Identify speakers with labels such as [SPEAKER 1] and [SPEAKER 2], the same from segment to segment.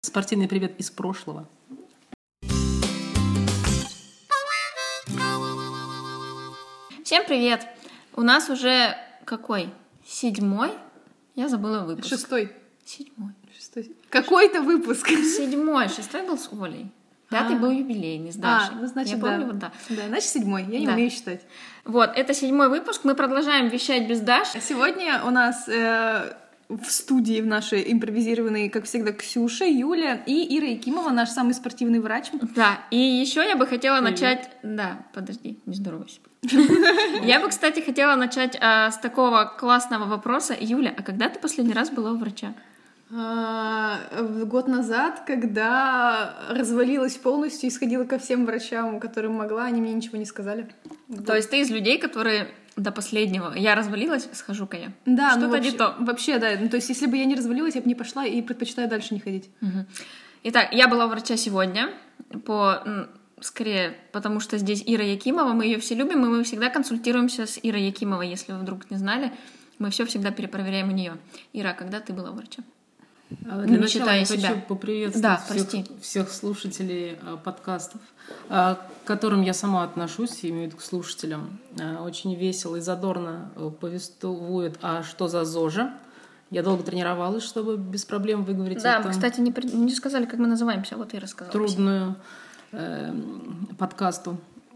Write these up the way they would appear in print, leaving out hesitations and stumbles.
[SPEAKER 1] Спортивный привет из прошлого.
[SPEAKER 2] Всем привет! У нас уже какой? 7-й? Я забыла выпуск.
[SPEAKER 3] 6-й.
[SPEAKER 2] 7-й.
[SPEAKER 3] Какой-то выпуск.
[SPEAKER 2] 7-й. 6-й был с Олей. 5-й был юбилейный с Дашей.
[SPEAKER 3] Ну значит,
[SPEAKER 2] я помню, да.
[SPEAKER 3] Да, значит 7-й. Я не умею считать.
[SPEAKER 2] Вот, это 7-й выпуск. Мы продолжаем вещать без Даши.
[SPEAKER 3] Сегодня у нас в студии в нашей импровизированной, как всегда, Ксюша, Юля и Ира Якимова, наш самый спортивный врач.
[SPEAKER 2] Да, и еще я бы хотела начать... Да, подожди, не здоровайся. Я бы, кстати, хотела начать с такого классного вопроса. Юля, а когда ты последний раз была у врача?
[SPEAKER 3] Год назад, когда развалилась полностью и сходила ко всем врачам, которым могла, они мне ничего не сказали.
[SPEAKER 2] То есть ты из людей, которые до последнего я развалилась, схожу-ка я.
[SPEAKER 3] Да,
[SPEAKER 2] что-то
[SPEAKER 3] вообще,
[SPEAKER 2] не то.
[SPEAKER 3] Вообще, да. Ну, то есть, если бы я не развалилась, я бы не пошла и предпочитаю дальше не ходить.
[SPEAKER 2] Угу. Итак, я была у врача сегодня, скорее, потому что здесь Ира Якимова, мы ее все любим, и мы всегда консультируемся с Ирой Якимовой, если вы вдруг не знали, мы все всегда перепроверяем у нее. Ира, когда ты была у врача?
[SPEAKER 1] Для начала я хочу поприветствовать всех слушателей подкастов, к которым я сама отношусь, имею в виду к слушателям. Очень весело и задорно повествует, а что за ЗОЖа. Я долго тренировалась, чтобы без проблем выговорить
[SPEAKER 2] Да, мы, кстати, не сказали, как мы называемся, вот я рассказала.
[SPEAKER 1] Трудную подкасту.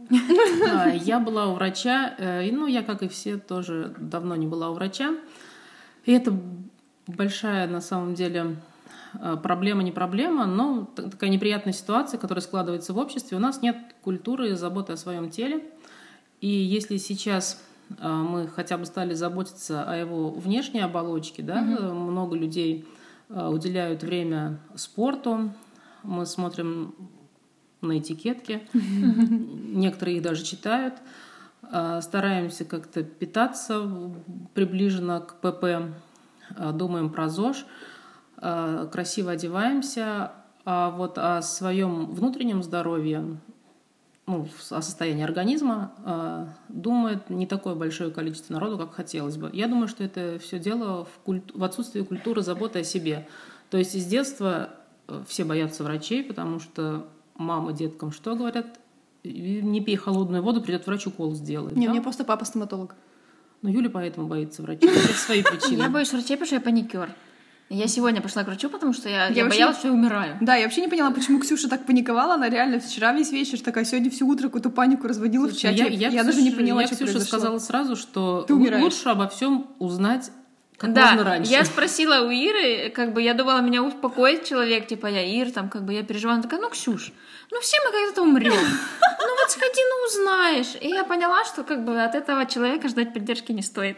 [SPEAKER 1] Я была у врача, я, как и все, тоже давно не была у врача. И это большая, на самом деле, проблема, не проблема, но такая неприятная ситуация, которая складывается в обществе. У нас нет культуры заботы о своем теле. И если сейчас мы хотя бы стали заботиться о его внешней оболочке, да, много людей уделяют время спорту, мы смотрим на этикетки, некоторые их даже читают, стараемся как-то питаться приближенно к ПП, думаем про ЗОЖ, красиво одеваемся, а вот о своем внутреннем здоровье, о состоянии организма думает не такое большое количество народу, как хотелось бы. Я думаю, что это все дело в отсутствии культуры заботы о себе. То есть из детства все боятся врачей, потому что мама деткам что говорят? Не пей холодную воду, придет врач, укол сделает.
[SPEAKER 3] Не, у меня просто папа стоматолог.
[SPEAKER 1] Но Юля поэтому боится врачей. Это свои причины.
[SPEAKER 2] Я боюсь врачей, потому что я паникер. Я сегодня пошла к врачу, потому что я боялась, что я умираю.
[SPEAKER 3] Да, я вообще не поняла, почему Ксюша так паниковала. Она реально вчера весь вечер такая, сегодня всю утро какую-то панику разводила в чате. Я даже не поняла, что произошло.
[SPEAKER 1] Ксюша сказала сразу, что
[SPEAKER 3] лучше
[SPEAKER 1] обо всем узнать как можно раньше.
[SPEAKER 2] Я спросила у Иры, я думала, меня успокоит человек, я Ир, я переживала. Она такая, Ксюш, все мы когда-то умрем. Вот сходи, узнаешь. И я поняла, что от этого человека ждать поддержки не стоит.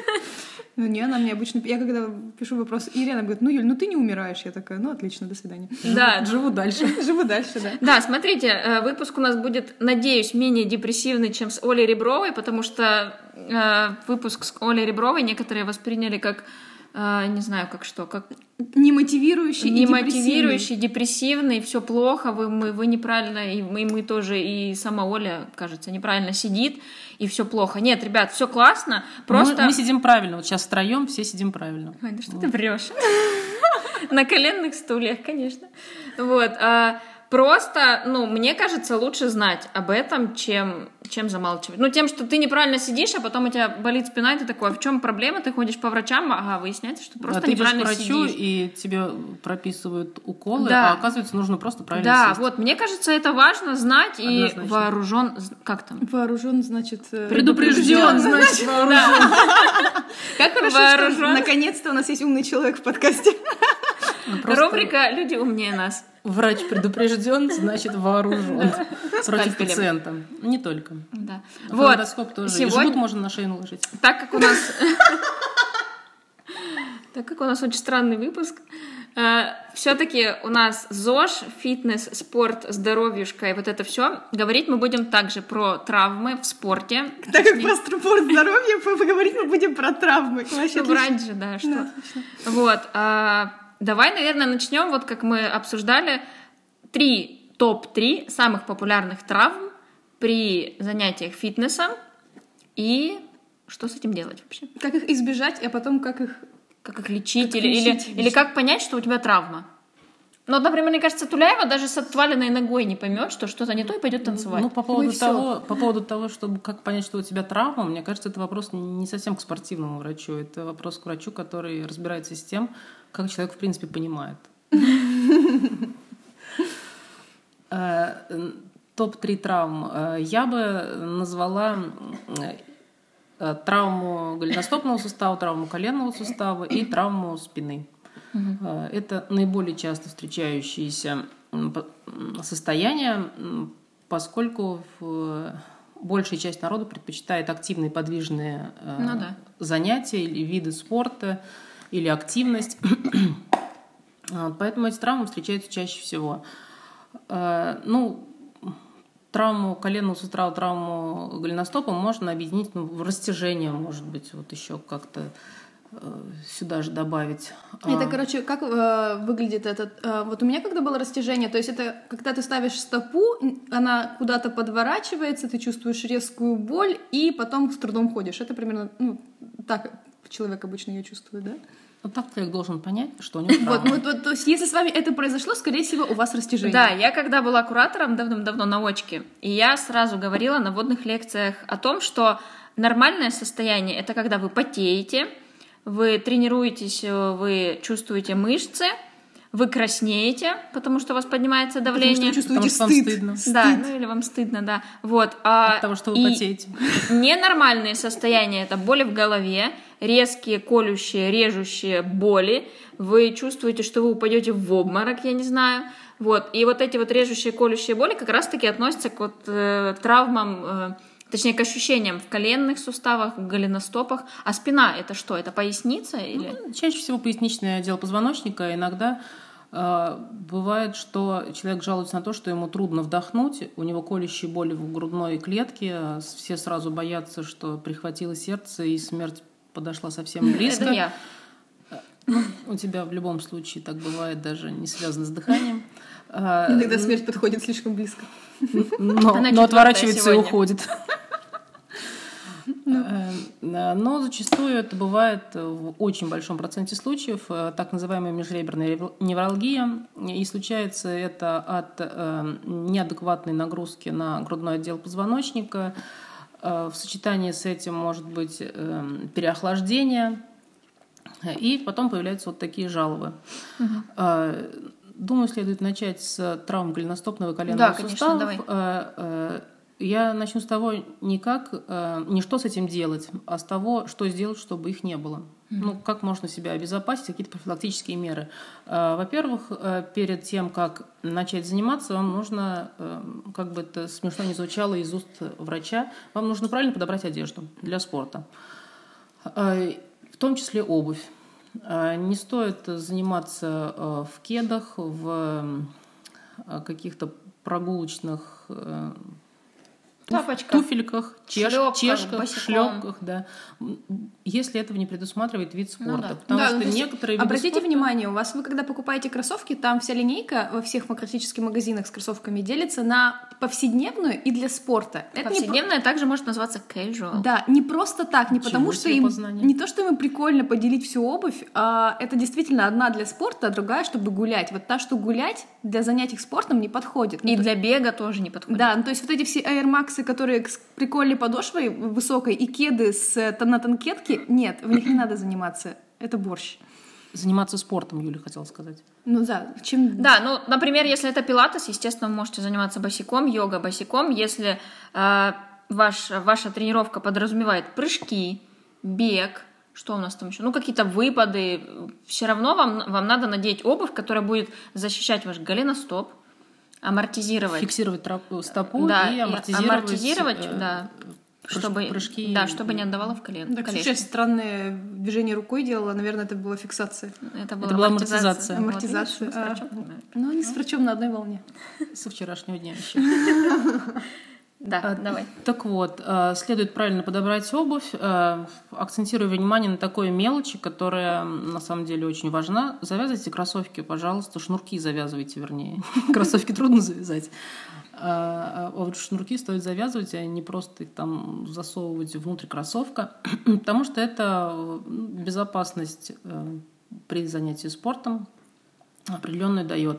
[SPEAKER 3] Она мне обычно... Я когда пишу вопрос Ире, она говорит, Юль, ты не умираешь. Я такая, отлично, до свидания.
[SPEAKER 2] Да,
[SPEAKER 3] живу дальше. Живу дальше, да.
[SPEAKER 2] Да, смотрите, выпуск у нас будет, надеюсь, менее депрессивный, чем с Олей Ребровой, потому что выпуск с Олей Ребровой некоторые восприняли как, не знаю, как
[SPEAKER 3] немотивирующий,
[SPEAKER 2] депрессивный, все плохо, вы неправильно, и мы тоже, и сама Оля, кажется, неправильно сидит, и все плохо. Нет, ребят, все классно, просто...
[SPEAKER 1] Мы сидим правильно, вот сейчас втроем все сидим правильно.
[SPEAKER 2] Ой, да что ты врешь? На коленных стульях, конечно. Вот, просто, мне кажется, лучше знать об этом, чем замалчивать. Тем, что ты неправильно сидишь, а потом у тебя болит спина, и ты такой, а в чем проблема? Ты ходишь по врачам, выясняется, что просто неправильно сидишь.
[SPEAKER 1] Ты идешь к врачу, и тебе прописывают уколы, а оказывается, нужно просто правильно сесть.
[SPEAKER 2] Да, вот, мне кажется, это важно знать, и вооружен... Как там?
[SPEAKER 3] Вооружен, значит...
[SPEAKER 1] Предупрежден, значит, вооружен.
[SPEAKER 3] Как хорошо, что наконец-то у нас есть умный человек в подкасте.
[SPEAKER 2] Рубрика «Люди умнее нас».
[SPEAKER 1] Врач предупрежден, значит вооружен против пациента. Не только.
[SPEAKER 2] Да.
[SPEAKER 1] Фонендоскоп тоже. И жгут можно на шею наложить.
[SPEAKER 2] Так как у нас очень странный выпуск, все-таки у нас ЗОЖ, фитнес, спорт, здоровьюшка и вот это все. Говорить мы будем также про травмы в спорте.
[SPEAKER 3] Так как про спорт, здоровье, поговорить мы будем про травмы.
[SPEAKER 2] Брать же, да, что. Вот. Давай, наверное, начнем, как мы обсуждали, топ-3 самых популярных травм при занятиях фитнесом и что с этим делать вообще?
[SPEAKER 3] Как их избежать, а потом как их
[SPEAKER 2] лечить или как понять, что у тебя травма? Ну, например, мне кажется, Туляева даже с отваленной ногой не поймет, что что-то не то, и пойдет танцевать.
[SPEAKER 1] Ну, по поводу того, чтобы как понять, что у тебя травма, мне кажется, это вопрос не совсем к спортивному врачу, это вопрос к врачу, который разбирается с тем, как человек, в принципе, понимает. Топ-3 травм. Я бы назвала травму голеностопного сустава, травму коленного сустава и травму спины. Это наиболее часто встречающиеся состояния, поскольку большая часть народа предпочитает активные подвижные занятия или виды спорта, или активность. Поэтому эти травмы встречаются чаще всего. Травму коленного сустава, травму голеностопа можно объединить в растяжение, может быть, вот еще как-то сюда же добавить.
[SPEAKER 3] Это, короче, как выглядит этот... Вот у меня когда было растяжение, то есть это когда ты ставишь стопу, она куда-то подворачивается, ты чувствуешь резкую боль, и потом с трудом ходишь. Это примерно так человек обычно ее чувствует, да?
[SPEAKER 1] Вот так человек должен понять, что у него травма.
[SPEAKER 3] Вот, то есть если с вами это произошло, скорее всего, у вас растяжение.
[SPEAKER 2] Да, я когда была куратором давным-давно на очке, и я сразу говорила на вводных лекциях о том, что нормальное состояние — это когда вы потеете, вы тренируетесь, вы чувствуете мышцы, вы краснеете, потому что у вас поднимается давление.
[SPEAKER 3] Потому что вы чувствуете
[SPEAKER 1] вам стыдно.
[SPEAKER 2] Да, или вам стыдно, да. Вот.
[SPEAKER 1] От того, что вы потеете.
[SPEAKER 2] Ненормальные состояния — это боли в голове, резкие, колющие, режущие боли. Вы чувствуете, что вы упадете в обморок, я не знаю. Вот. И вот эти вот режущие, колющие боли как раз-таки относятся к травмам, точнее, к ощущениям в коленных суставах, в голеностопах. А спина — это что? Это поясница? Или?
[SPEAKER 1] Чаще всего поясничный отдел позвоночника. Иногда бывает, что человек жалуется на то, что ему трудно вдохнуть, у него колющие боли в грудной клетке, все сразу боятся, что прихватило сердце и смерть подошла совсем близко.
[SPEAKER 2] Это я.
[SPEAKER 1] У тебя в любом случае так бывает, даже не связано с дыханием.
[SPEAKER 3] Иногда смерть подходит слишком близко.
[SPEAKER 1] Но отворачивается и уходит. Но зачастую это бывает в очень большом проценте случаев, так называемая межреберная невралгия, и случается это от неадекватной нагрузки на грудной отдел позвоночника. В сочетании с этим может быть переохлаждение, и потом появляются вот такие жалобы. Думаю, следует начать с травм голеностопного и коленного суставов.
[SPEAKER 2] Давай.
[SPEAKER 1] Я начну с того, не что с этим делать, а с того, что сделать, чтобы их не было. Как можно себя обезопасить, какие-то профилактические меры. Во-первых, перед тем, как начать заниматься, вам нужно, как бы это смешно ни звучало из уст врача, вам нужно правильно подобрать одежду для спорта, в том числе обувь. Не стоит заниматься в кедах, в каких-то прогулочных туфельках, чешках, шлепках, да. Если этого не предусматривает вид спорта. Потому что некоторые виды
[SPEAKER 3] обратите
[SPEAKER 1] спорта...
[SPEAKER 3] внимание, вы когда покупаете кроссовки, там вся линейка во всех практически магазинах с кроссовками делится на повседневную и для спорта.
[SPEAKER 2] Повседневная также может называться casual.
[SPEAKER 3] Да, не просто так, не потому что им не то, что им прикольно поделить всю обувь, а это действительно одна для спорта, а другая, чтобы гулять. Вот та, что гулять для занятий спортом не подходит.
[SPEAKER 2] И для бега тоже не подходит.
[SPEAKER 3] Да, то есть вот эти все Air Max, которые с прикольной подошвой высокой, и кеды на танкетке, нет, в них не надо заниматься. Это борщ.
[SPEAKER 1] Заниматься спортом, Юля хотела сказать.
[SPEAKER 3] Да.
[SPEAKER 2] Да, например, если это пилатес, естественно, вы можете заниматься босиком, йога босиком. Если ваша тренировка подразумевает прыжки, бег, что у нас там еще? Какие-то выпады. Все равно вам надо надеть обувь, которая будет защищать ваш голеностоп, амортизировать.
[SPEAKER 1] Фиксировать стопу и амортизировать прыжки.
[SPEAKER 2] Да, чтобы не отдавало в колено.
[SPEAKER 3] Так, сейчас странное движение рукой делала, наверное, это была фиксация.
[SPEAKER 2] Это была амортизация.
[SPEAKER 3] Амортизация. Не с врачом на одной волне.
[SPEAKER 1] Со вчерашнего дня еще.
[SPEAKER 2] Да, давай.
[SPEAKER 1] Так вот, следует правильно подобрать обувь, акцентируя внимание на такой мелочи, которая на самом деле очень важна. Завязывайте кроссовки, пожалуйста, шнурки завязывайте, вернее. Кроссовки трудно завязать. А вот шнурки стоит завязывать, а не просто их там засовывать внутрь кроссовка, потому что это безопасность при занятии спортом. определенную дает.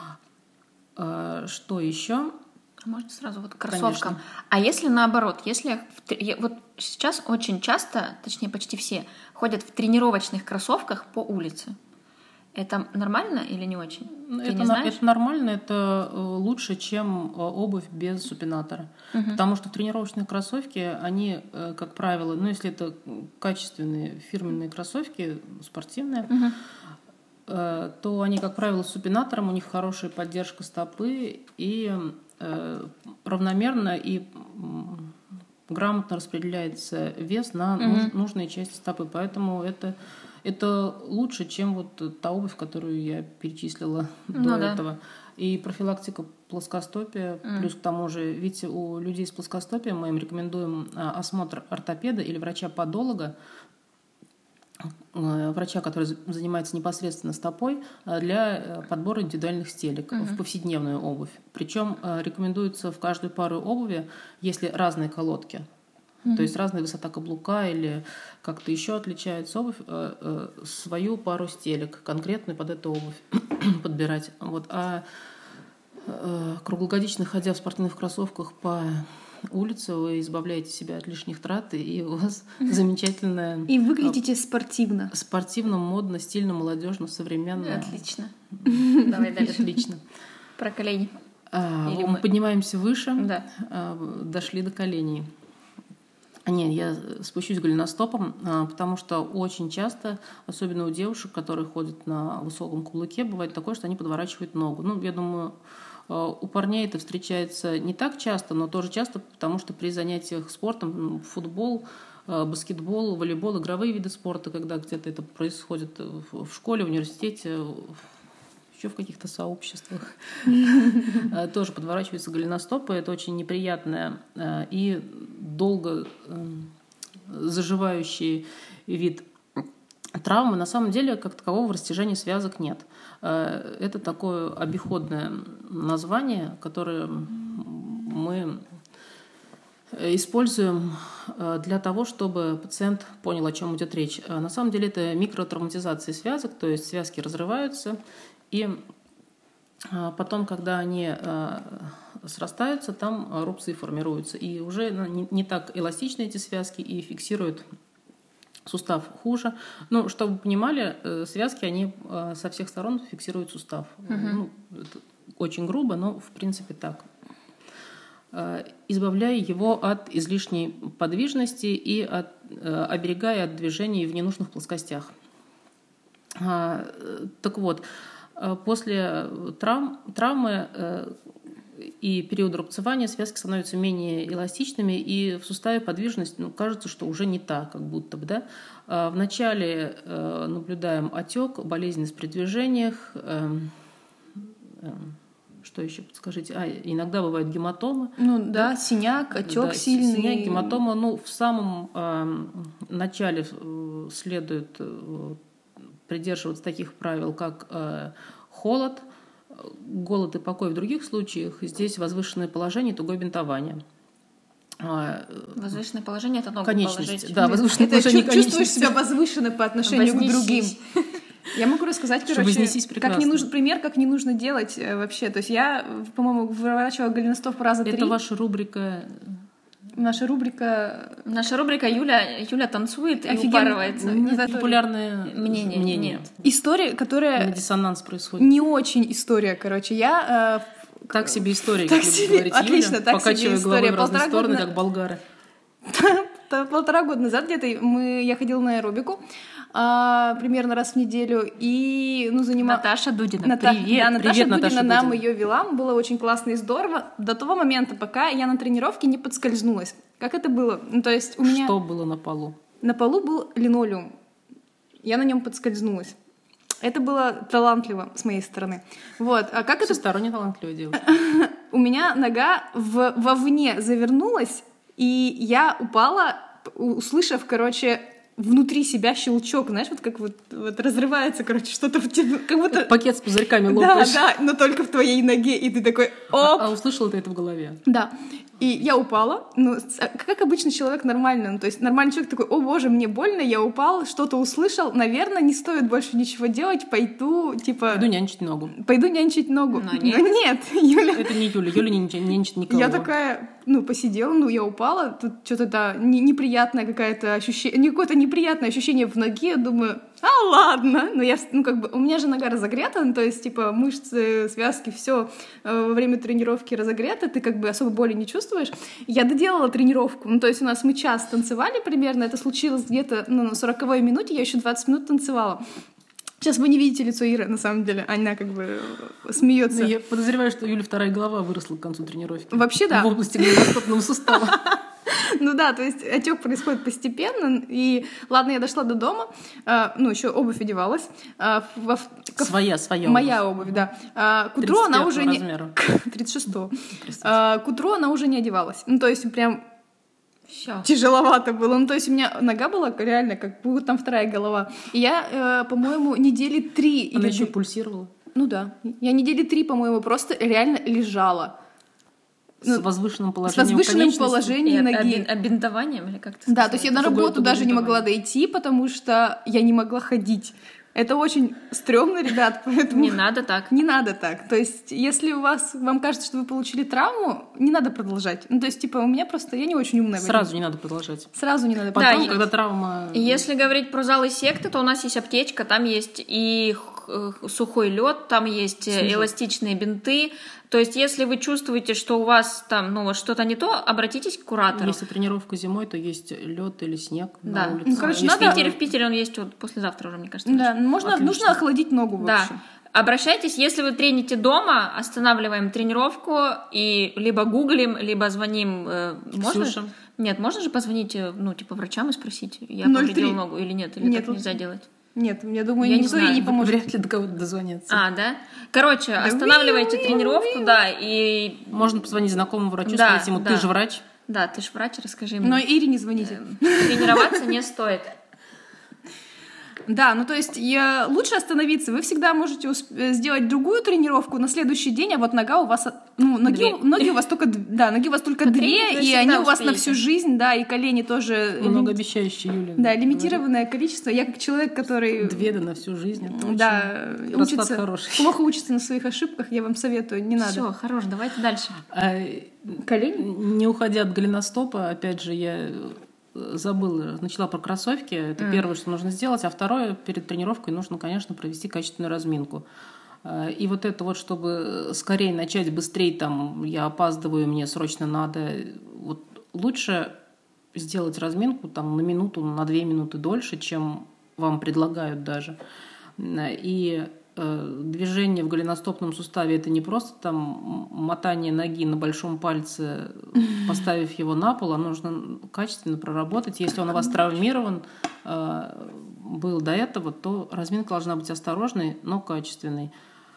[SPEAKER 1] Что еще?
[SPEAKER 2] Можно сразу вот к кроссовкам. Конечно. А если наоборот, если вот сейчас очень часто, точнее почти все, ходят в тренировочных кроссовках по улице. Это нормально или не очень?
[SPEAKER 1] Это нормально, это лучше, чем обувь без супинатора. Потому что тренировочные кроссовки, они, как правило, если это качественные фирменные кроссовки, спортивные, то они, как правило, с супинатором, у них хорошая поддержка стопы и равномерно и грамотно распределяется вес на нужные части стопы. Поэтому это лучше, чем вот та обувь, которую я перечислила до этого. И профилактика плоскостопия, плюс к тому же, видите, у людей с плоскостопием мы им рекомендуем осмотр ортопеда или врача-подолога, врача, который занимается непосредственно стопой, для подбора индивидуальных стелек в повседневную обувь. Причем рекомендуется в каждую пару обуви, если разные колодки, то есть разная высота каблука или как-то еще отличается обувь, свою пару стелек, конкретную под эту обувь подбирать. Вот. А круглогодично ходя в спортивных кроссовках по улице, вы избавляете себя от лишних трат, и у вас замечательная...
[SPEAKER 3] И выглядите спортивно.
[SPEAKER 1] Спортивно, модно, стильно, молодежно, современно.
[SPEAKER 2] Отлично. Давай дальше.
[SPEAKER 1] Отлично.
[SPEAKER 2] Про колени.
[SPEAKER 1] Мы поднимаемся выше,
[SPEAKER 2] да.
[SPEAKER 1] Дошли до коленей. Нет, я спущусь голеностопом, потому что очень часто, особенно у девушек, которые ходят на высоком каблуке, бывает такое, что они подворачивают ногу. Я думаю, у парней это встречается не так часто, но тоже часто, потому что при занятиях спортом, футбол, баскетбол, волейбол, игровые виды спорта, когда где-то это происходит в школе, в университете, еще в каких-то сообществах, тоже подворачиваются голеностопы. Это очень неприятное и долго заживающий вид травмы. На самом деле, как такового растяжения связок нет. Это такое обиходное название, которое мы используем для того, чтобы пациент понял, о чем идет речь. На самом деле это микротравматизация связок, то есть связки разрываются, и потом, когда они срастаются, там рубцы формируются. И уже не так эластичны эти связки и фиксируют сустав хуже. Чтобы вы понимали, связки, они со всех сторон фиксируют сустав. Это очень грубо, но в принципе так. Избавляя его от излишней подвижности и оберегая от движений в ненужных плоскостях. Так вот, после травмы и периода рубцевания связки становятся менее эластичными, и в суставе подвижность, кажется, что уже не та, как будто бы, да. Вначале наблюдаем отек, болезненность при движениях. Что еще подскажите? Иногда бывают гематомы.
[SPEAKER 3] Синяк, отек сильный.
[SPEAKER 1] Синяк, гематома. В самом начале следует придерживаться таких правил, как холод, голод и покой в других случаях. Здесь возвышенное положение, тугое бинтование.
[SPEAKER 2] Возвышенное положение — это ногу
[SPEAKER 1] конечность.
[SPEAKER 2] положить.
[SPEAKER 1] Да, возвышенное положение конечности.
[SPEAKER 3] Чувствуешь себя возвышенно по отношению к другим. Я могу рассказать, пример, как не нужно делать вообще. То есть я, по-моему, выворачивала голеностоп раза 3.
[SPEAKER 1] Это ваша рубрика...
[SPEAKER 3] Наша рубрика
[SPEAKER 2] Юля танцует и упарывается.
[SPEAKER 1] Популярное мнение.
[SPEAKER 2] Нет.
[SPEAKER 3] История, которая...
[SPEAKER 1] Диссонанс происходит.
[SPEAKER 3] Не очень история, короче. Я...
[SPEAKER 1] Так себе история, как любит говорить
[SPEAKER 3] Отлично,
[SPEAKER 1] Юля, покачивая головой в разные стороны, как болгары.
[SPEAKER 3] 1,5 года назад где-то я ходила на аэробику примерно раз в неделю, и занималась...
[SPEAKER 2] Наташа Дудина, привет!
[SPEAKER 3] Да, Наташа Дудина нам ее вела, было очень классно и здорово, до того момента, пока я на тренировке не подскользнулась. Как это было? То есть у меня...
[SPEAKER 1] Что было на полу?
[SPEAKER 3] На полу был линолеум. Я на нем подскользнулась. Это было талантливо с моей стороны. Вот. А как
[SPEAKER 1] всесторонне талантливая девушка.
[SPEAKER 3] У меня нога вовне завернулась, и я упала, услышав, внутри себя щелчок, знаешь, как разрывается, что-то в тебе, как будто...
[SPEAKER 1] Пакет с пузырьками лопаешь.
[SPEAKER 3] Да, но только в твоей ноге, и ты такой, оп!
[SPEAKER 1] А услышала ты это в голове?
[SPEAKER 3] Да. И я упала, ну, как обычно человек нормальный, ну, то есть нормальный человек такой: о боже, мне больно, я упал, что-то услышал, наверное, не стоит больше ничего делать, пойду, типа...
[SPEAKER 1] Пойду нянчить ногу.
[SPEAKER 3] Пойду нянчить ногу.
[SPEAKER 2] Но
[SPEAKER 3] Но нет, Юля...
[SPEAKER 1] Это не Юля, Юля не нянчит никого.
[SPEAKER 3] Я такая, ну, посидела, ну, я упала, тут что-то, да, неприятное какое-то ощущение, какое-то неприятное ощущение в ноге, я думаю, ладно, ну, я, ну, как бы, у меня же нога разогрета, ну, то есть, типа, мышцы, связки, все во время тренировки разогрето, ты, как бы, особо боли не чувствуешь. Я доделала тренировку, ну, то есть, у нас мы час танцевали примерно, это случилось где-то, ну, на 40-й минуте, я еще 20 минут танцевала. Сейчас вы не видите лицо Иры, на самом деле. Она как бы смеется.
[SPEAKER 1] Ну, я подозреваю, что у Юли вторая голова выросла к концу тренировки.
[SPEAKER 3] Вообще, да.
[SPEAKER 1] В области голеностопного сустава.
[SPEAKER 3] Ну да, то есть отек происходит постепенно. И ладно, я дошла до дома, ну, еще обувь одевалась.
[SPEAKER 1] Своя
[SPEAKER 3] Моя обувь, да. К утру она уже не... 36-го. К утру она уже не одевалась. Ну, то есть прям...
[SPEAKER 2] Всё.
[SPEAKER 3] Тяжеловато было. Ну, то есть у меня нога была реально как будто там вторая голова. И я, по-моему, недели 3...
[SPEAKER 1] Она еще пульсировала?
[SPEAKER 3] Ну да. Я недели 3, по-моему, просто реально лежала.
[SPEAKER 1] С возвышенным положением
[SPEAKER 3] С возвышенным положением ноги.
[SPEAKER 2] Обинтованием или как-то?
[SPEAKER 3] Да, то есть я на работу даже не могла дойти, потому что я не могла ходить. Это очень стрёмно, ребят, поэтому...
[SPEAKER 2] Не надо так.
[SPEAKER 3] Не надо так. То есть если вам кажется, что вы получили травму, не надо продолжать. Ну, то есть, типа, у меня просто... Я не очень умная.
[SPEAKER 1] Сразу не надо продолжать.
[SPEAKER 3] Сразу не надо.
[SPEAKER 1] Потом,
[SPEAKER 2] Да,
[SPEAKER 1] когда травма...
[SPEAKER 2] Если говорить про залы секты, то у нас есть аптечка, там есть и сухой лед, там есть эластичные бинты. То есть, если вы чувствуете, что у вас там, ну, вот что-то не то, обратитесь к куратору.
[SPEAKER 1] Если тренировка зимой, то есть лед или снег
[SPEAKER 2] Да.
[SPEAKER 1] на улице.
[SPEAKER 3] Ну, короче,
[SPEAKER 2] В Питере он есть вот послезавтра уже, мне кажется.
[SPEAKER 3] Да, нужно охладить ногу, в
[SPEAKER 2] Да.
[SPEAKER 3] общем.
[SPEAKER 2] Обращайтесь, если вы трените дома, останавливаем тренировку и либо гуглим, либо звоним. Можно?
[SPEAKER 1] Ксюша.
[SPEAKER 2] Нет, можно же позвонить, ну, типа, врачам и спросить, я
[SPEAKER 3] 03.
[SPEAKER 2] повредил ногу или нет, или
[SPEAKER 3] Нет,
[SPEAKER 2] так нельзя делать.
[SPEAKER 3] Нет, я думаю,
[SPEAKER 2] Я не
[SPEAKER 3] никто
[SPEAKER 2] знаю,
[SPEAKER 3] ей не поможет.
[SPEAKER 1] Вряд ли до кого-то дозвониться.
[SPEAKER 2] Да? Короче, останавливайте тренировку, да, и...
[SPEAKER 1] Можно позвонить знакомому врачу,
[SPEAKER 2] Да,
[SPEAKER 1] сказать ему: ты
[SPEAKER 2] да.
[SPEAKER 1] же врач.
[SPEAKER 2] Да, ты ж врач, расскажи мне.
[SPEAKER 3] Но Ире не звоните.
[SPEAKER 2] Тренироваться не стоит.
[SPEAKER 3] Да, ну то есть лучше остановиться. Вы всегда можете сделать другую тренировку на следующий день, а вот нога у вас, ну, ноги у вас только, да, ноги у вас только две, и они у вас на всю жизнь, да, и колени тоже.
[SPEAKER 1] Многообещающий, Юля.
[SPEAKER 3] Да, лимитированное количество. Я как человек, который...
[SPEAKER 1] 2 да на всю жизнь. Это
[SPEAKER 3] Да,
[SPEAKER 1] очень расклад хороший.
[SPEAKER 3] плохо учится на своих ошибках, я вам советую, не надо.
[SPEAKER 2] Все, хорош, давайте дальше.
[SPEAKER 3] Колени?
[SPEAKER 1] Не уходя от голеностопа, опять же, я забыла, начала про кроссовки. Это первое, что нужно сделать. А второе, перед тренировкой нужно, конечно, провести качественную разминку. И вот это вот, чтобы скорее начать, быстрее, там, я опаздываю, мне срочно надо. Вот лучше сделать разминку там на минуту, на 2 минуты дольше, чем вам предлагают даже. И движение в голеностопном суставе — это не просто там мотание ноги на большом пальце, поставив его на пол, а нужно качественно проработать. Если он у вас травмирован был до этого, то разминка должна быть осторожной, но качественной.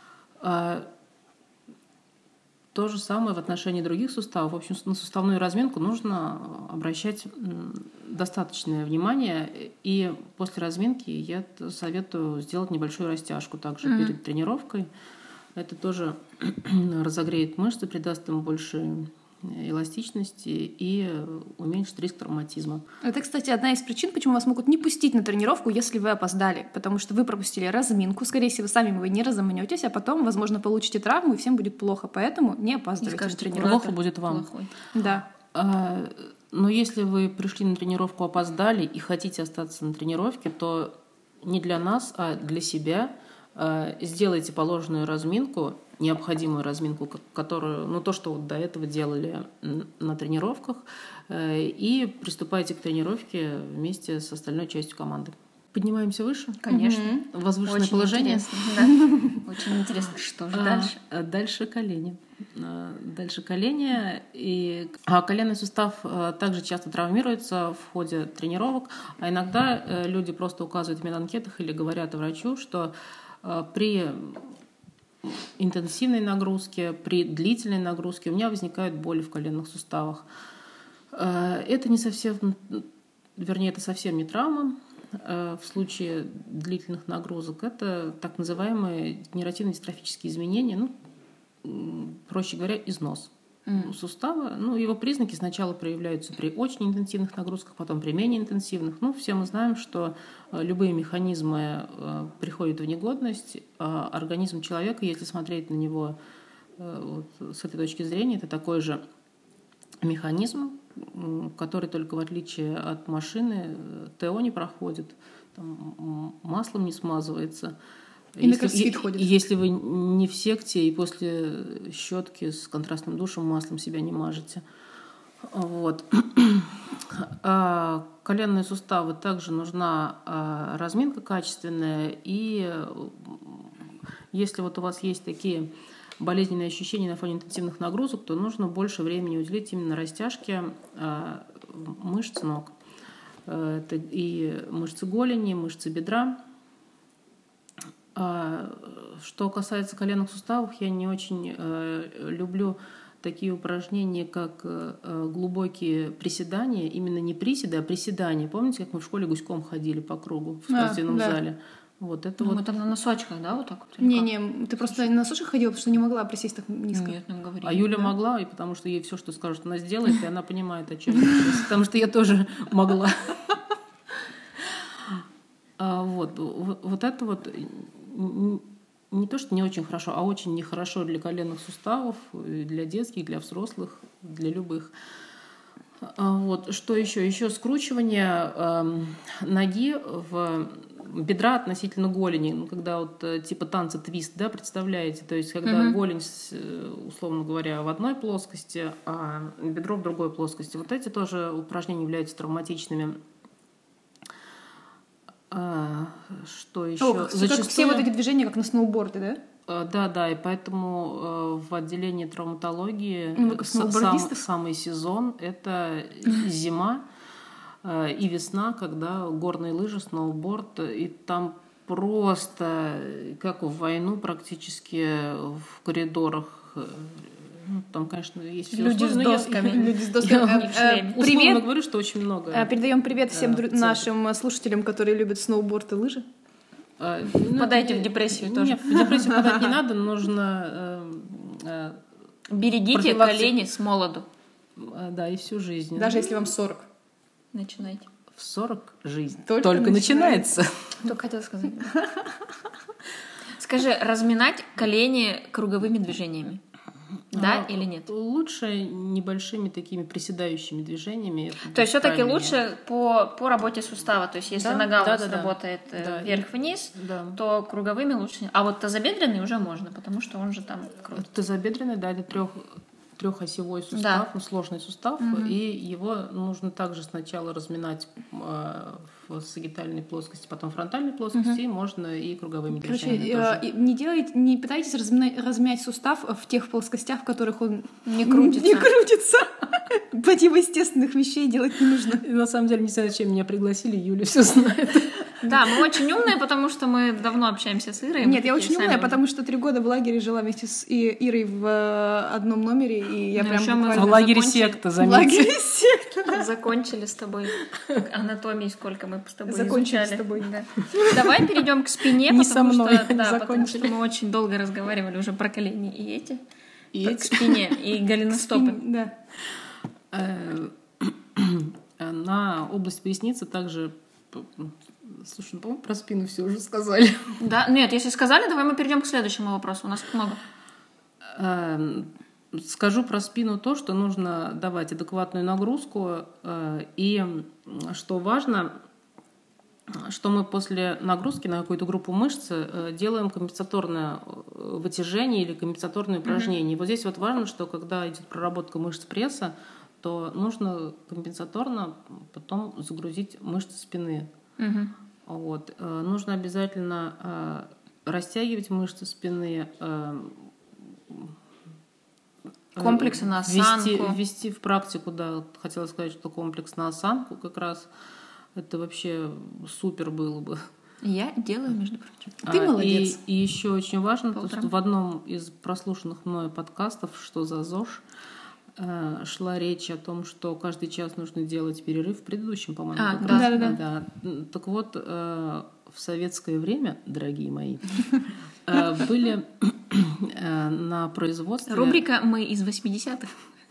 [SPEAKER 1] То же самое в отношении других суставов. В общем, на суставную разминку нужно обращать достаточное внимание. И после разминки я советую сделать небольшую растяжку также перед тренировкой. Это тоже разогреет мышцы, придаст им больше эластичности и уменьшит риск травматизма.
[SPEAKER 3] Это, кстати, одна из причин, почему вас могут не пустить на тренировку, если вы опоздали. Потому что вы пропустили разминку. Скорее всего, сами вы не разомнетесь, а потом, возможно, получите травму, и всем будет плохо. Поэтому не опаздывайте на тренировку.
[SPEAKER 1] Плохо будет вам.
[SPEAKER 2] Плохой.
[SPEAKER 3] Да.
[SPEAKER 1] Но если вы пришли на тренировку, опоздали и хотите остаться на тренировке, то не для нас, а для себя сделайте положенную разминку, необходимую разминку, которую, ну, то, что вот до этого делали на тренировках, и приступайте к тренировке вместе с остальной частью команды. Поднимаемся выше.
[SPEAKER 2] Конечно.
[SPEAKER 1] Возвышенное
[SPEAKER 2] Очень
[SPEAKER 1] положение.
[SPEAKER 2] Интересно, да. Очень интересно. Что же дальше?
[SPEAKER 1] Дальше колени. Дальше колени. Коленный сустав также часто травмируется в ходе тренировок, а иногда люди просто указывают в меданкетах или говорят врачу, что при интенсивной нагрузке, при длительной нагрузке у меня возникает боль в коленных суставах. Это не совсем, вернее, это совсем не травма. В случае длительных нагрузок это так называемые генеративно-дистрофические изменения, ну, проще говоря, износ. сустава. Ну, его признаки сначала проявляются при очень интенсивных нагрузках, потом при менее интенсивных. Ну, все мы знаем, что любые механизмы приходят в негодность, а организм человека, если смотреть на него вот, с этой точки зрения, это такой же механизм, который только в отличие от машины ТО не проходит, там, маслом не смазывается.
[SPEAKER 3] И на кроссфит ходит.
[SPEAKER 1] Если вы не в секте и после щетки с контрастным душем маслом себя не мажете. Вот. Коленные суставы также нужна разминка качественная. И если вот у вас есть такие болезненные ощущения на фоне интенсивных нагрузок, то нужно больше времени уделить именно растяжке мышц ног. Это и мышцы голени, мышцы бедра. Что касается коленных суставов, я не очень люблю такие упражнения, как глубокие приседания, именно не приседы, а приседания. Помните, как мы в школе гуськом ходили по кругу в спортивном зале? Вот это
[SPEAKER 2] мы
[SPEAKER 1] вот.
[SPEAKER 2] там на носочках, да, вот так вот?
[SPEAKER 3] Не, ты просто на носочках ходила, потому что не могла присесть так низко.
[SPEAKER 2] Нет, нам говорили.
[SPEAKER 1] А Юля могла, и потому что ей все, что скажет, она сделает, и она понимает, о чем я сейчас. Потому что я тоже могла. Вот это вот не то, что не очень хорошо, а очень нехорошо для коленных суставов, для детских, для взрослых, для любых. Вот. Что еще? Еще скручивание ноги в бедра относительно голени. Ну, когда вот типа танца твист, да, представляете? То есть когда голень, условно говоря, в одной плоскости, а бедро в другой плоскости. Вот эти тоже упражнения являются травматичными. Что еще?
[SPEAKER 3] Зачастую... Все вот эти движения, как на сноуборде, да?
[SPEAKER 1] Да, и поэтому в отделении травматологии самый сезон — это зима и весна, когда горные лыжи, сноуборд, и там просто, как в войну, практически в коридорах. Ну, там, конечно, есть
[SPEAKER 2] люди с досками.
[SPEAKER 3] Люди с досками.
[SPEAKER 1] Привет. Говорю, что очень много.
[SPEAKER 3] Передаем привет всем нашим слушателям, которые любят сноуборд и лыжи.
[SPEAKER 2] Подайте в депрессию тоже.
[SPEAKER 1] Нет, в депрессию подать не надо, нужно...
[SPEAKER 2] Берегите колени с молоду.
[SPEAKER 1] Да, и всю жизнь.
[SPEAKER 3] Даже если вам 40.
[SPEAKER 2] Начинайте.
[SPEAKER 1] В 40 жизнь
[SPEAKER 3] только
[SPEAKER 1] начинается.
[SPEAKER 2] Только хотела сказать. Скажи, разминать колени круговыми движениями? Да или нет?
[SPEAKER 1] Лучше небольшими такими приседающими движениями.
[SPEAKER 2] То есть все-таки лучше по работе сустава. То есть если нога у вас работает вверх-вниз, то круговыми лучше. А вот тазобедренный уже можно, потому что он же там крутит.
[SPEAKER 1] Тазобедренный, да, это трехосевой сустав, сложный сустав, и его нужно также сначала разминать в сагитальной плоскости, потом в фронтальной плоскости, и можно и круговыми движениями.
[SPEAKER 3] Не пытайтесь размять сустав в тех плоскостях, в которых он
[SPEAKER 2] не крутится.
[SPEAKER 3] Не крутится. Противоестественных вещей делать не нужно.
[SPEAKER 1] На самом деле, не знаю, зачем меня пригласили, Юля все знает.
[SPEAKER 2] Да, мы очень умные, потому что мы давно общаемся с Ирой.
[SPEAKER 3] Нет, я очень умная, потому что 3 года в лагере жила вместе с Ирой в одном номере, и я прям
[SPEAKER 1] в лагере секта, заметьте.
[SPEAKER 3] В лагере секта.
[SPEAKER 2] Закончили с тобой анатомии, сколько мы с тобой
[SPEAKER 3] закончили
[SPEAKER 2] изучали.
[SPEAKER 3] С тобой.
[SPEAKER 2] Да. Давай перейдем к спине,
[SPEAKER 1] не со мной,
[SPEAKER 2] потому что мы очень долго разговаривали уже про колени и эти. К спине и голеностопы.
[SPEAKER 3] Да.
[SPEAKER 1] На область поясницы также... Слушай, ну, по-моему, про спину все уже сказали.
[SPEAKER 2] Да, нет, если сказали, давай мы перейдем к следующему вопросу. У нас их много.
[SPEAKER 1] Скажу про спину то, что нужно давать адекватную нагрузку. И что важно, что мы после нагрузки на какую-то группу мышц делаем компенсаторное вытяжение или компенсаторные упражнения. И вот здесь вот важно, что когда идет проработка мышц пресса, то нужно компенсаторно потом загрузить мышцы спины. Вот. Нужно обязательно растягивать мышцы спины,
[SPEAKER 2] комплексы на осанку.
[SPEAKER 1] Ввести в практику, да, хотела сказать, что комплекс на осанку как раз это вообще супер было бы.
[SPEAKER 2] Я делаю, между прочим.
[SPEAKER 3] Ты молодец.
[SPEAKER 1] И еще очень важно, что в одном из прослушанных мною подкастов «Что за ЗОЖ» шла речь о том, что каждый час нужно делать перерыв в предыдущем, по-моему. Да. Так вот, в советское время, дорогие мои, были на производстве...
[SPEAKER 2] Рубрика «Мы из 80-х».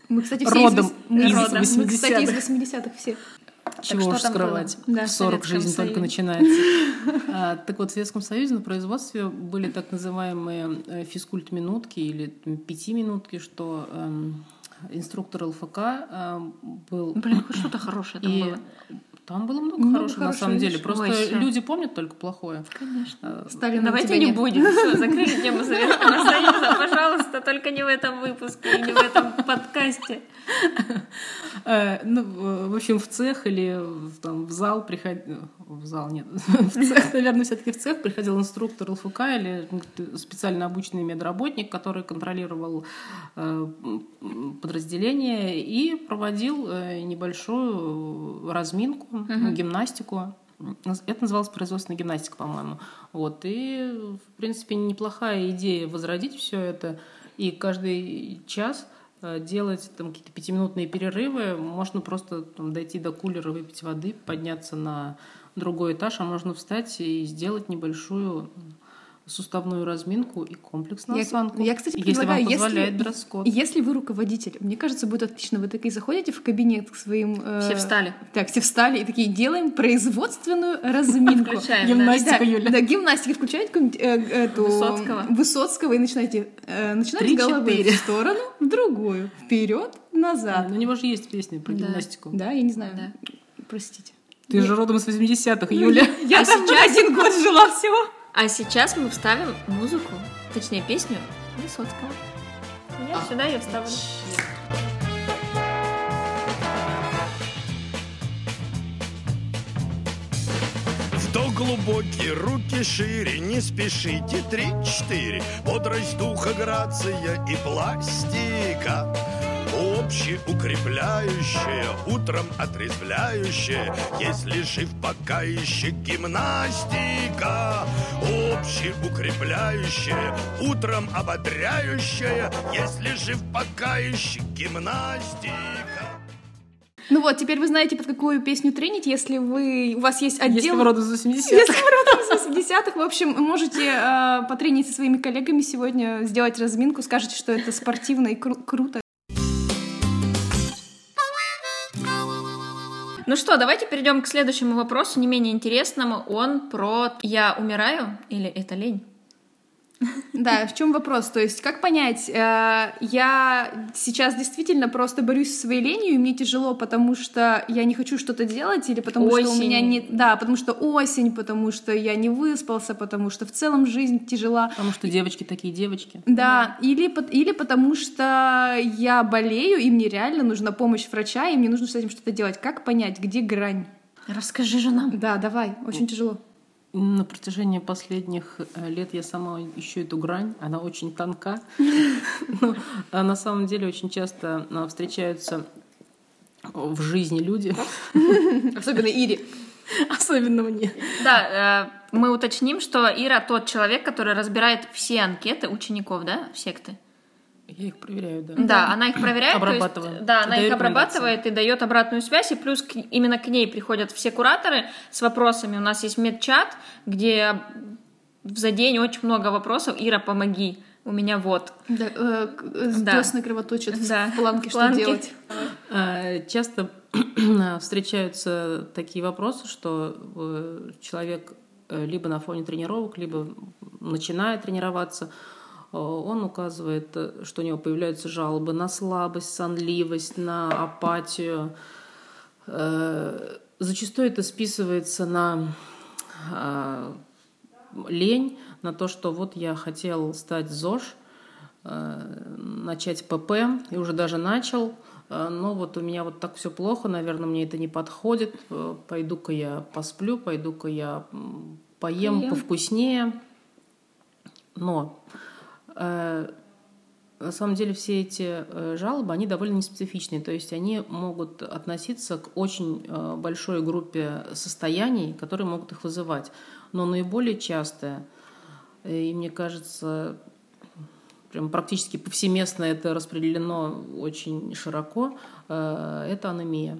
[SPEAKER 3] Мы, кстати,
[SPEAKER 1] родом
[SPEAKER 3] из
[SPEAKER 1] родом.
[SPEAKER 3] 80-х. Мы, кстати, из 80-х все.
[SPEAKER 1] Чего
[SPEAKER 2] что
[SPEAKER 1] уж
[SPEAKER 2] там
[SPEAKER 1] скрывать.
[SPEAKER 2] было?
[SPEAKER 3] Да,
[SPEAKER 1] В 40
[SPEAKER 2] в Советском
[SPEAKER 1] жизнь только
[SPEAKER 2] Союзе.
[SPEAKER 1] начинается. Так вот, в Советском Союзе на производстве были так называемые физкульт-минутки или 5-минутки, что инструктор ЛФК был...
[SPEAKER 2] Блин, хоть что-то хорошее там было.
[SPEAKER 1] Там было много
[SPEAKER 3] Много
[SPEAKER 1] хорошего, на
[SPEAKER 3] хорошего,
[SPEAKER 1] самом деле.
[SPEAKER 3] видишь?
[SPEAKER 1] Просто
[SPEAKER 2] Ой, всё.
[SPEAKER 1] люди помнят только плохое.
[SPEAKER 2] Конечно.
[SPEAKER 3] Сталина у
[SPEAKER 2] Давайте
[SPEAKER 3] тебя
[SPEAKER 2] не
[SPEAKER 3] нет.
[SPEAKER 2] будем. Все, закрыли тему Советского Союза, пожалуйста, только не в этом выпуске и не в этом подкасте.
[SPEAKER 1] Ну, в общем, в цех или там, в зал приходил... В зал нет. В цех, наверное, все-таки в цех приходил инструктор ЛФК или специально обученный медработник, который контролировал подразделение и проводил небольшую разминку, гимнастику. Это называлось производственная гимнастика, по-моему. Вот. И, в принципе, неплохая идея возродить все это. И каждый час делать там какие-то 5-минутные перерывы. Можно просто там, дойти до кулера, выпить воды, подняться на другой этаж, а можно встать и сделать небольшую суставную разминку и комплексную осанку.
[SPEAKER 3] Я, кстати,
[SPEAKER 1] если
[SPEAKER 3] предлагаю,
[SPEAKER 1] вам позволяет дресс-код.
[SPEAKER 3] если вы руководитель, мне кажется, будет отлично. Вы такие заходите в кабинет к своим...
[SPEAKER 2] Все встали.
[SPEAKER 3] Так, все встали и такие, делаем производственную разминку.
[SPEAKER 2] Включаем,
[SPEAKER 1] Гимнастика,
[SPEAKER 3] Да,
[SPEAKER 1] Юля.
[SPEAKER 3] да, гимнастика. Включаете какую-нибудь, Высоцкого и начинаете с
[SPEAKER 1] 3-4.
[SPEAKER 3] головы в сторону, в другую, вперед, назад.
[SPEAKER 1] У него же есть песня про гимнастику.
[SPEAKER 3] Да, я не знаю.
[SPEAKER 2] Да.
[SPEAKER 3] Простите.
[SPEAKER 1] Ты же родом из 80-х, Юля.
[SPEAKER 3] Я там
[SPEAKER 2] сейчас-
[SPEAKER 3] 1 год жила всего.
[SPEAKER 2] А сейчас мы вставим музыку, точнее песню Высоцкого. Я сюда ее вставлю.
[SPEAKER 4] Вдох глубокий, руки шире, не спешите, 3-4. Бодрость духа, грация и пластика. Общеукрепляющая, утром отрезвляющая, если жив пока еще гимнастика. Общеукрепляющая, утром ободряющая, если жив пока еще гимнастика.
[SPEAKER 3] Ну вот, теперь вы знаете, под какую песню тренить, если у вас есть отдел...
[SPEAKER 1] Если вы родом из 80-х.
[SPEAKER 3] Если вы родом с 80-х, в общем, можете потренить со своими коллегами сегодня, сделать разминку, скажете, что это спортивно и круто.
[SPEAKER 2] Ну что, давайте перейдем к следующему вопросу, не менее интересному. Он про «Я умираю» или «Это лень?»
[SPEAKER 3] Да, в чем вопрос? То есть, как понять, я сейчас действительно просто борюсь со своей ленью, и мне тяжело, потому что я не хочу что-то делать, или потому что у меня
[SPEAKER 2] Осень.
[SPEAKER 3] нет... Да, потому что осень, потому что я не выспался, потому что в целом жизнь тяжела.
[SPEAKER 1] Потому что девочки такие девочки.
[SPEAKER 3] Да, или потому что я болею, и мне реально нужна помощь врача, и мне нужно с этим что-то делать. Как понять, где грань?
[SPEAKER 2] Расскажи же нам.
[SPEAKER 3] Да, давай, очень тяжело.
[SPEAKER 1] На протяжении последних лет я сама ищу эту грань, она очень тонка. Но на самом деле очень часто встречаются в жизни люди,
[SPEAKER 3] Особенно Ире.
[SPEAKER 1] особенно мне.
[SPEAKER 2] Да, мы уточним, что Ира тот человек, который разбирает все анкеты учеников, да, в секты.
[SPEAKER 1] Я их проверяю, да.
[SPEAKER 2] Да, она их проверяет,
[SPEAKER 1] Обрабатываю.
[SPEAKER 2] то есть, да, она
[SPEAKER 1] Даю
[SPEAKER 2] их обрабатывает и дает обратную связь, и плюс именно к ней приходят все кураторы с вопросами. У нас есть медчат, где за день очень много вопросов. Ира, помоги, у меня вот.
[SPEAKER 3] Да,
[SPEAKER 2] Да.
[SPEAKER 3] десны кровоточат
[SPEAKER 2] Да,
[SPEAKER 3] в планке,
[SPEAKER 2] в
[SPEAKER 3] что
[SPEAKER 2] планке.
[SPEAKER 3] делать?
[SPEAKER 1] Часто встречаются такие вопросы, что человек либо на фоне тренировок, либо начиная тренироваться, он указывает, что у него появляются жалобы на слабость, сонливость, на апатию. Зачастую это списывается на лень, на то, что вот я хотел стать ЗОЖ, начать ПП, и уже даже начал, но вот у меня вот так все плохо, наверное, мне это не подходит, пойду-ка я посплю, пойду-ка я поем повкуснее. Но на самом деле все эти жалобы, они довольно неспецифичные, то есть они могут относиться к очень большой группе состояний, которые могут их вызывать. Но наиболее частое, и мне кажется, прям практически повсеместно это распределено очень широко, это анемия.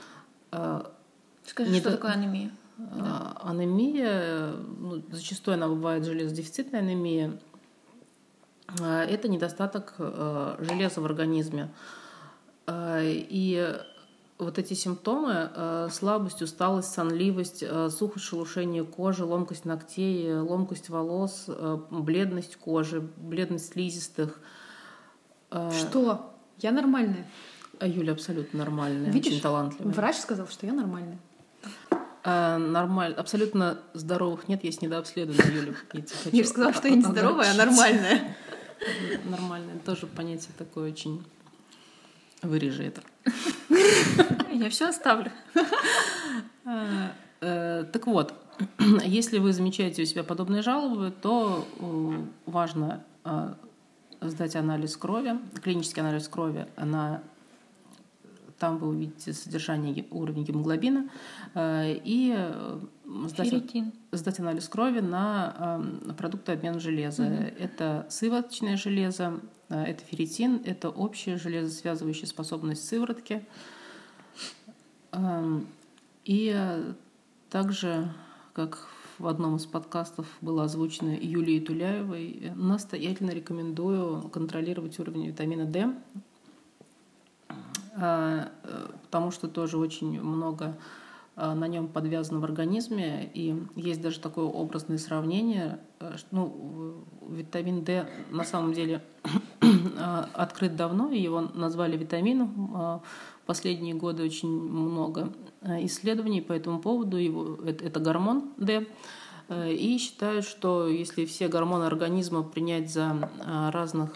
[SPEAKER 2] Скажи, что такое анемия?
[SPEAKER 1] Анемия, зачастую она бывает железодефицитная анемия, это недостаток железа в организме. И вот эти симптомы, слабость, усталость, сонливость, сухость, шелушение кожи, ломкость ногтей, ломкость волос, бледность кожи, бледность слизистых.
[SPEAKER 3] Что? Я нормальная.
[SPEAKER 1] Юля абсолютно нормальная,
[SPEAKER 3] Видишь,
[SPEAKER 1] очень талантливая.
[SPEAKER 3] Врач сказал, что я нормальная.
[SPEAKER 1] Нормально. Абсолютно здоровых нет, есть недообследованные, Юля.
[SPEAKER 3] Я же сказала, что я не здоровая, а нормальная.
[SPEAKER 1] Нормальное тоже понятие такое очень... Вырежи это.
[SPEAKER 2] Я все оставлю.
[SPEAKER 1] Так вот, если вы замечаете у себя подобные жалобы, то важно сдать анализ крови, клинический анализ крови. Там вы увидите содержание уровня гемоглобина и сдать анализ крови на продукты обмена железа. Это сывороточное железо, это ферритин, это общая железосвязывающая способность сыворотки. И также, как в одном из подкастов было озвучено Юлией Туляевой, настоятельно рекомендую контролировать уровень витамина D, потому что тоже очень много на нем подвязано в организме, и есть даже такое образное сравнение. Витамин D на самом деле открыт давно, и его назвали витамином. В последние годы очень много исследований по этому поводу. Это гормон D. И считают, что если все гормоны организма принять за разных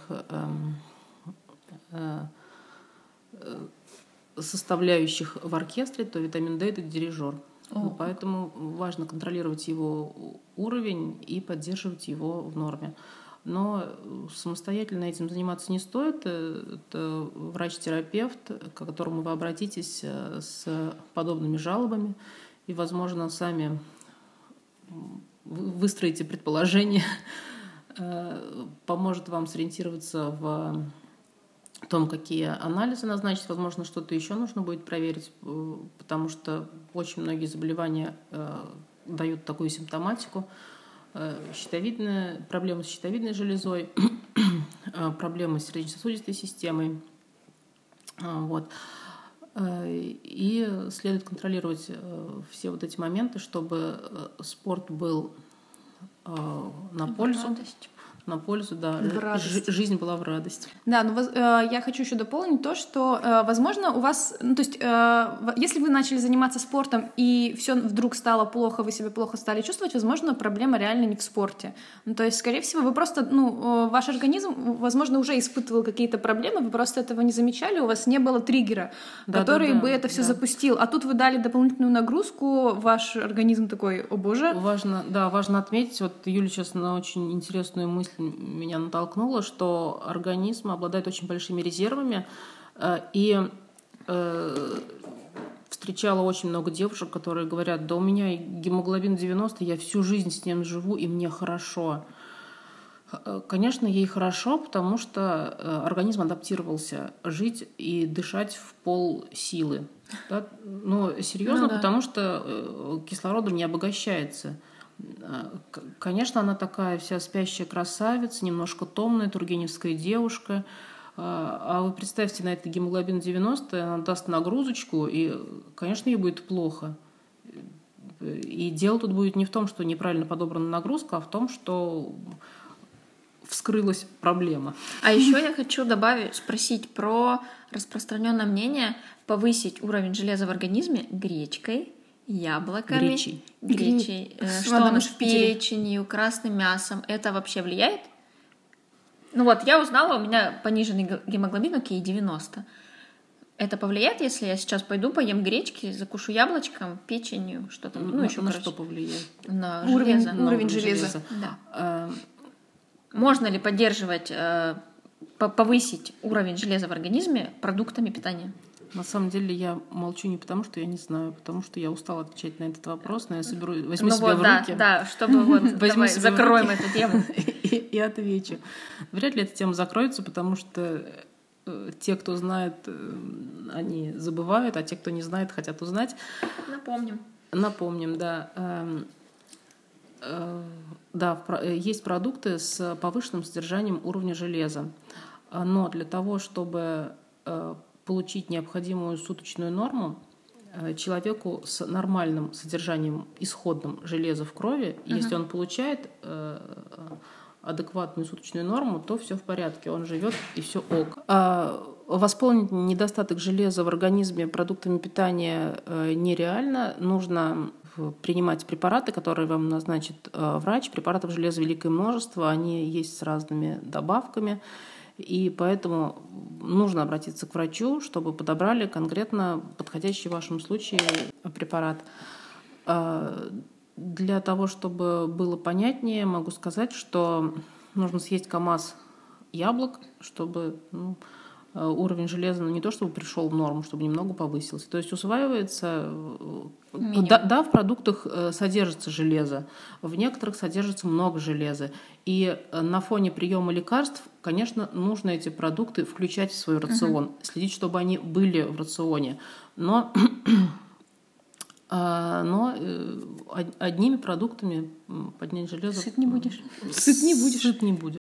[SPEAKER 1] составляющих в оркестре, то витамин D — это дирижер. Поэтому важно контролировать его уровень и поддерживать его в норме. Но самостоятельно этим заниматься не стоит. Это врач-терапевт, к которому вы обратитесь с подобными жалобами, и, возможно, сами выстроите предположение, поможет вам сориентироваться в том, какие анализы назначить. Возможно, что-то еще нужно будет проверить, потому что очень многие заболевания дают такую симптоматику. Проблемы с щитовидной железой, проблемы с сердечно-сосудистой системой. Вот. И следует контролировать все вот эти моменты, чтобы спорт был на пользу. На пользу, да. Жизнь была в радость.
[SPEAKER 3] Да, но я хочу еще дополнить то, что, возможно, у вас, если вы начали заниматься спортом и все вдруг стало плохо, вы себя плохо стали чувствовать, возможно, проблема реально не в спорте. То есть, скорее всего, вы просто, ваш организм, возможно, уже испытывал какие-то проблемы, вы просто этого не замечали, у вас не было триггера, который бы это все запустил. А тут вы дали дополнительную нагрузку, ваш организм такой: о боже.
[SPEAKER 1] Важно отметить, вот Юля сейчас на очень интересную мысль меня натолкнула, что организм обладает очень большими резервами, и встречала очень много девушек, которые говорят: да у меня гемоглобин 90, я всю жизнь с ним живу, и мне хорошо. Конечно, ей хорошо, потому что организм адаптировался жить и дышать в полсилы. Да? Но серьезно, потому что кислородом не обогащается. Конечно, она такая вся спящая красавица, немножко томная, тургеневская девушка. А вы представьте, на это гемоглобин 90, она даст нагрузочку, и, конечно, ей будет плохо. И дело тут будет не в том, что неправильно подобрана нагрузка, а в том, что вскрылась проблема.
[SPEAKER 2] А еще я хочу спросить про распространенное мнение повысить уровень железа в организме гречкой, яблоками, гречей. Что у нас в печенью, красным мясом? Это вообще влияет? Я узнала, у меня пониженный гемоглобин, окей, 90. Это повлияет, если я сейчас пойду, поем гречки, закушу яблочком, печенью, что там?
[SPEAKER 1] Что повлияет?
[SPEAKER 2] На
[SPEAKER 3] уровень железа.
[SPEAKER 2] Да. Можно ли поддерживать, повысить уровень железа в организме продуктами питания?
[SPEAKER 1] На самом деле я молчу не потому, что я не знаю, потому что я устала отвечать на этот вопрос, но я возьму себя в руки.
[SPEAKER 2] Да, чтобы давай закроем эту тему.
[SPEAKER 1] И отвечу. Вряд ли эта тема закроется, потому что те, кто знает, они забывают, а те, кто не знает, хотят узнать. Напомним, да. Да, есть продукты с повышенным содержанием уровня железа. Но для того, чтобы получить необходимую суточную норму, человеку с нормальным содержанием исходным железа в крови, если он получает адекватную суточную норму, то все в порядке, он живет и все ок. Восполнить недостаток железа в организме продуктами питания нереально. Нужно принимать препараты, которые вам назначит врач. Препаратов железа великое множество, они есть с разными добавками. И поэтому нужно обратиться к врачу, чтобы подобрали конкретно подходящий в вашем случае препарат. Для того, чтобы было понятнее, могу сказать, что нужно съесть КАМАЗ яблок, чтобы уровень железа не то чтобы пришел в норму, чтобы немного повысился. То есть усваивается... Да, в продуктах содержится железо, в некоторых содержится много железа. И на фоне приема лекарств, конечно, нужно эти продукты включать в свой рацион, следить, чтобы они были в рационе. Но одними продуктами поднять железо...
[SPEAKER 3] Сыт не будешь.
[SPEAKER 1] Сыт не будешь. Сыт не будешь.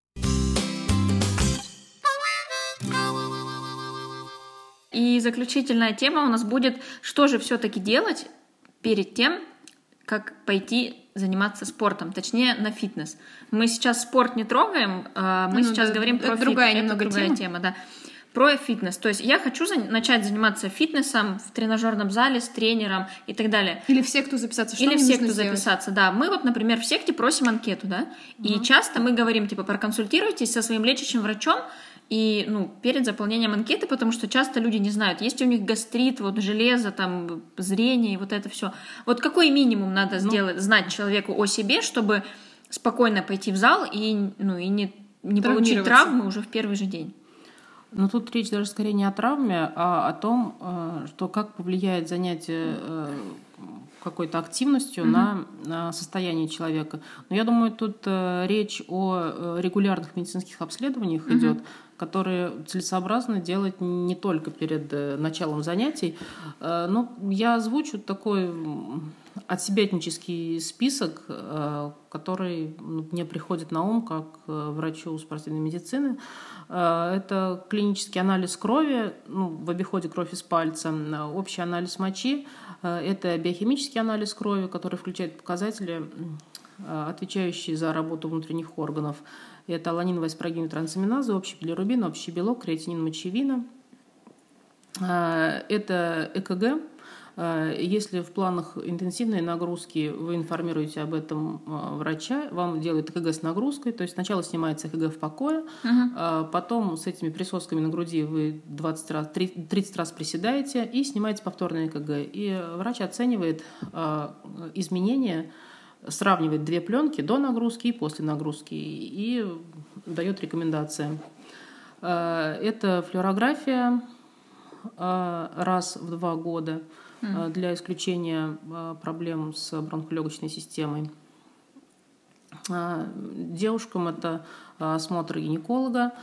[SPEAKER 2] И заключительная тема у нас будет, что же все-таки делать перед тем, как пойти заниматься спортом, точнее на фитнес. Мы сейчас спорт не трогаем, мы сейчас говорим про фитнес. Это другая тема, да. Про фитнес. То есть я хочу начать заниматься фитнесом в тренажерном зале с тренером и так далее.
[SPEAKER 3] Или в секту записаться. Что
[SPEAKER 2] Или в секту записаться, да. Мы вот, например, в секте просим анкету, да, и часто мы говорим, типа, проконсультируйтесь со своим лечащим врачом и, перед заполнением анкеты, потому что часто люди не знают, есть у них гастрит, вот железо, там, зрение и вот это все. Вот какой минимум надо знать человеку о себе, чтобы спокойно пойти в зал и не получить травмы уже в первый же день?
[SPEAKER 1] Но тут речь даже скорее не о травме, а о том, что как повлияет занятие какой-то активностью на состояние человека. Но я думаю, тут речь о регулярных медицинских обследованиях идет, которые целесообразно делать не только перед началом занятий. Но я озвучу такой отсебятнический список, который мне приходит на ум как врачу спортивной медицины. Это клинический анализ крови, в обиходе кровь из пальца, общий анализ мочи, это биохимический анализ крови, который включает показатели, отвечающие за работу внутренних органов. Это аланиновая аспарагиновая трансаминаза, общий билирубин, общий белок, креатинин, мочевина. Это ЭКГ. Если в планах интенсивной нагрузки вы информируете об этом врача, вам делают ЭКГ с нагрузкой, то есть сначала снимается ЭКГ в покое, потом с этими присосками на груди вы 30 раз приседаете и снимаете повторное ЭКГ. И врач оценивает изменения, сравнивает две пленки до нагрузки и после нагрузки и дает рекомендации. Это флюорография раз в 2 года для исключения проблем с бронхолегочной системой. Девушкам это осмотр гинеколога.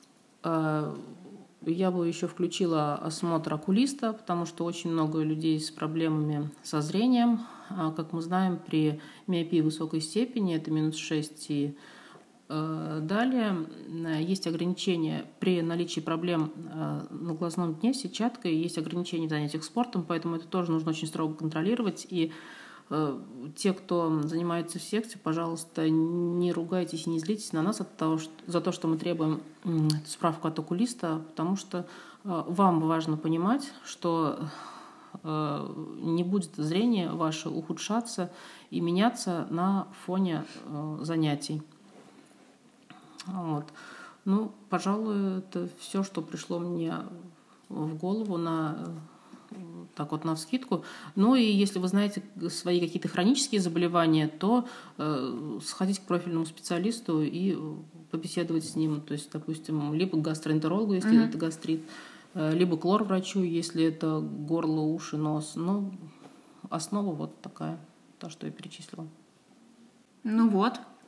[SPEAKER 1] Я бы еще включила осмотр окулиста, потому что очень много людей с проблемами со зрением. Как мы знаем, при миопии высокой степени, это -6 и далее, есть ограничения при наличии проблем на глазном дне, сетчаткой, есть ограничения в занятиях спортом, поэтому это тоже нужно очень строго контролировать. И те, кто занимается в секте, пожалуйста, не ругайтесь и не злитесь на нас за то, что мы требуем справку от окулиста, потому что вам важно понимать, что не будет зрение ваше ухудшаться и меняться на фоне занятий. Вот. Пожалуй, это все, что пришло мне в голову навскидку. И если вы знаете свои какие-то хронические заболевания, то сходить к профильному специалисту и побеседовать с ним. То есть, допустим, либо к гастроэнтерологу, если это гастрит, либо к лор-врачу, если это горло, уши, нос. Основа вот такая, то, что я перечислила.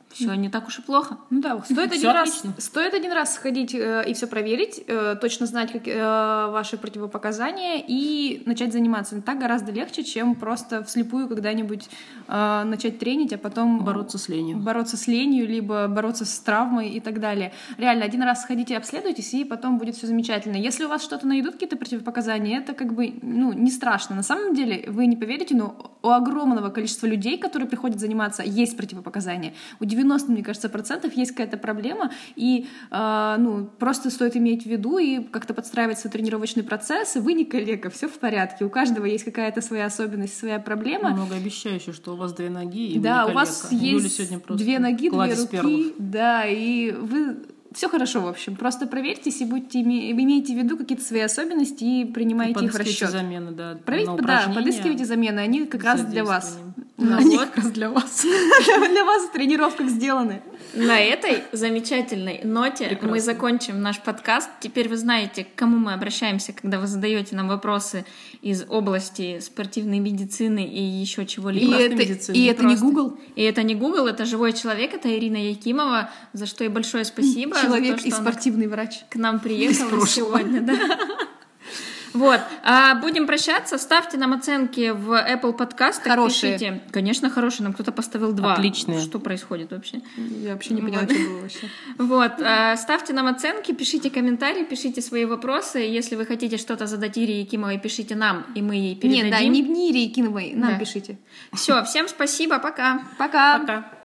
[SPEAKER 2] Все не так уж и плохо.
[SPEAKER 3] Ну да,
[SPEAKER 1] Всё отлично.
[SPEAKER 3] стоит один раз сходить и все проверить, точно знать как, ваши противопоказания и начать заниматься. Так гораздо легче, чем просто вслепую когда-нибудь начать тренить, а потом
[SPEAKER 1] Бороться с ленью.
[SPEAKER 3] Бороться с ленью, либо бороться с травмой и так далее. Реально, один раз сходите, обследуйтесь, и потом будет все замечательно. Если у вас что-то найдут, какие-то противопоказания, это как бы не страшно. На самом деле, вы не поверите, но у огромного количества людей, которые приходят заниматься, есть противопоказания. У 90, мне кажется, процентов есть какая-то проблема, и просто стоит иметь в виду и как-то подстраивать свой тренировочный процесс. И вы не калека, все в порядке. У каждого есть какая-то своя особенность, своя проблема.
[SPEAKER 1] Многообещающе, что у вас 2 ноги, и
[SPEAKER 3] да,
[SPEAKER 1] вы не
[SPEAKER 3] у вас
[SPEAKER 1] калека. Юля
[SPEAKER 3] есть
[SPEAKER 1] сегодня просто
[SPEAKER 3] 2 ноги, 2
[SPEAKER 1] кладезь
[SPEAKER 3] руки.
[SPEAKER 1] перлов.
[SPEAKER 3] Да, и вы... Все хорошо, в общем. Просто проверьтесь и имейте в виду какие-то свои особенности и принимайте их в расчет.
[SPEAKER 1] Замены, да,
[SPEAKER 3] подыскивайте замены, они как раз для вас.
[SPEAKER 1] Они как раз для вас.
[SPEAKER 3] Для вас в тренировках сделаны.
[SPEAKER 2] На этой замечательной ноте мы закончим наш подкаст. Теперь вы знаете, к кому мы обращаемся, когда вы задаете нам вопросы из области спортивной медицины и еще чего-либо.
[SPEAKER 3] И это не Google.
[SPEAKER 2] И это не Google, это живой человек, это Ирина Якимова, за что ей большое спасибо.
[SPEAKER 3] Человек
[SPEAKER 2] за то,
[SPEAKER 3] и
[SPEAKER 2] что она
[SPEAKER 3] спортивный врач.
[SPEAKER 2] к нам приехала сегодня. Да. Вот, будем прощаться. Ставьте нам оценки в Apple подкастах.
[SPEAKER 3] Хорошие.
[SPEAKER 2] Пишите. Конечно, хорошие. Нам кто-то поставил 2.
[SPEAKER 1] Отличные.
[SPEAKER 2] Что происходит вообще?
[SPEAKER 3] Я вообще не поняла, что было вообще.
[SPEAKER 2] Вот, ставьте нам оценки, пишите комментарии, пишите свои вопросы. Если вы хотите что-то задать Ире Якимовой, пишите нам, и мы ей передадим.
[SPEAKER 3] Нет, да, не Ире Якимовой, нам
[SPEAKER 2] Да.
[SPEAKER 3] пишите.
[SPEAKER 2] Все, всем спасибо, пока.
[SPEAKER 3] Пока.
[SPEAKER 1] Пока.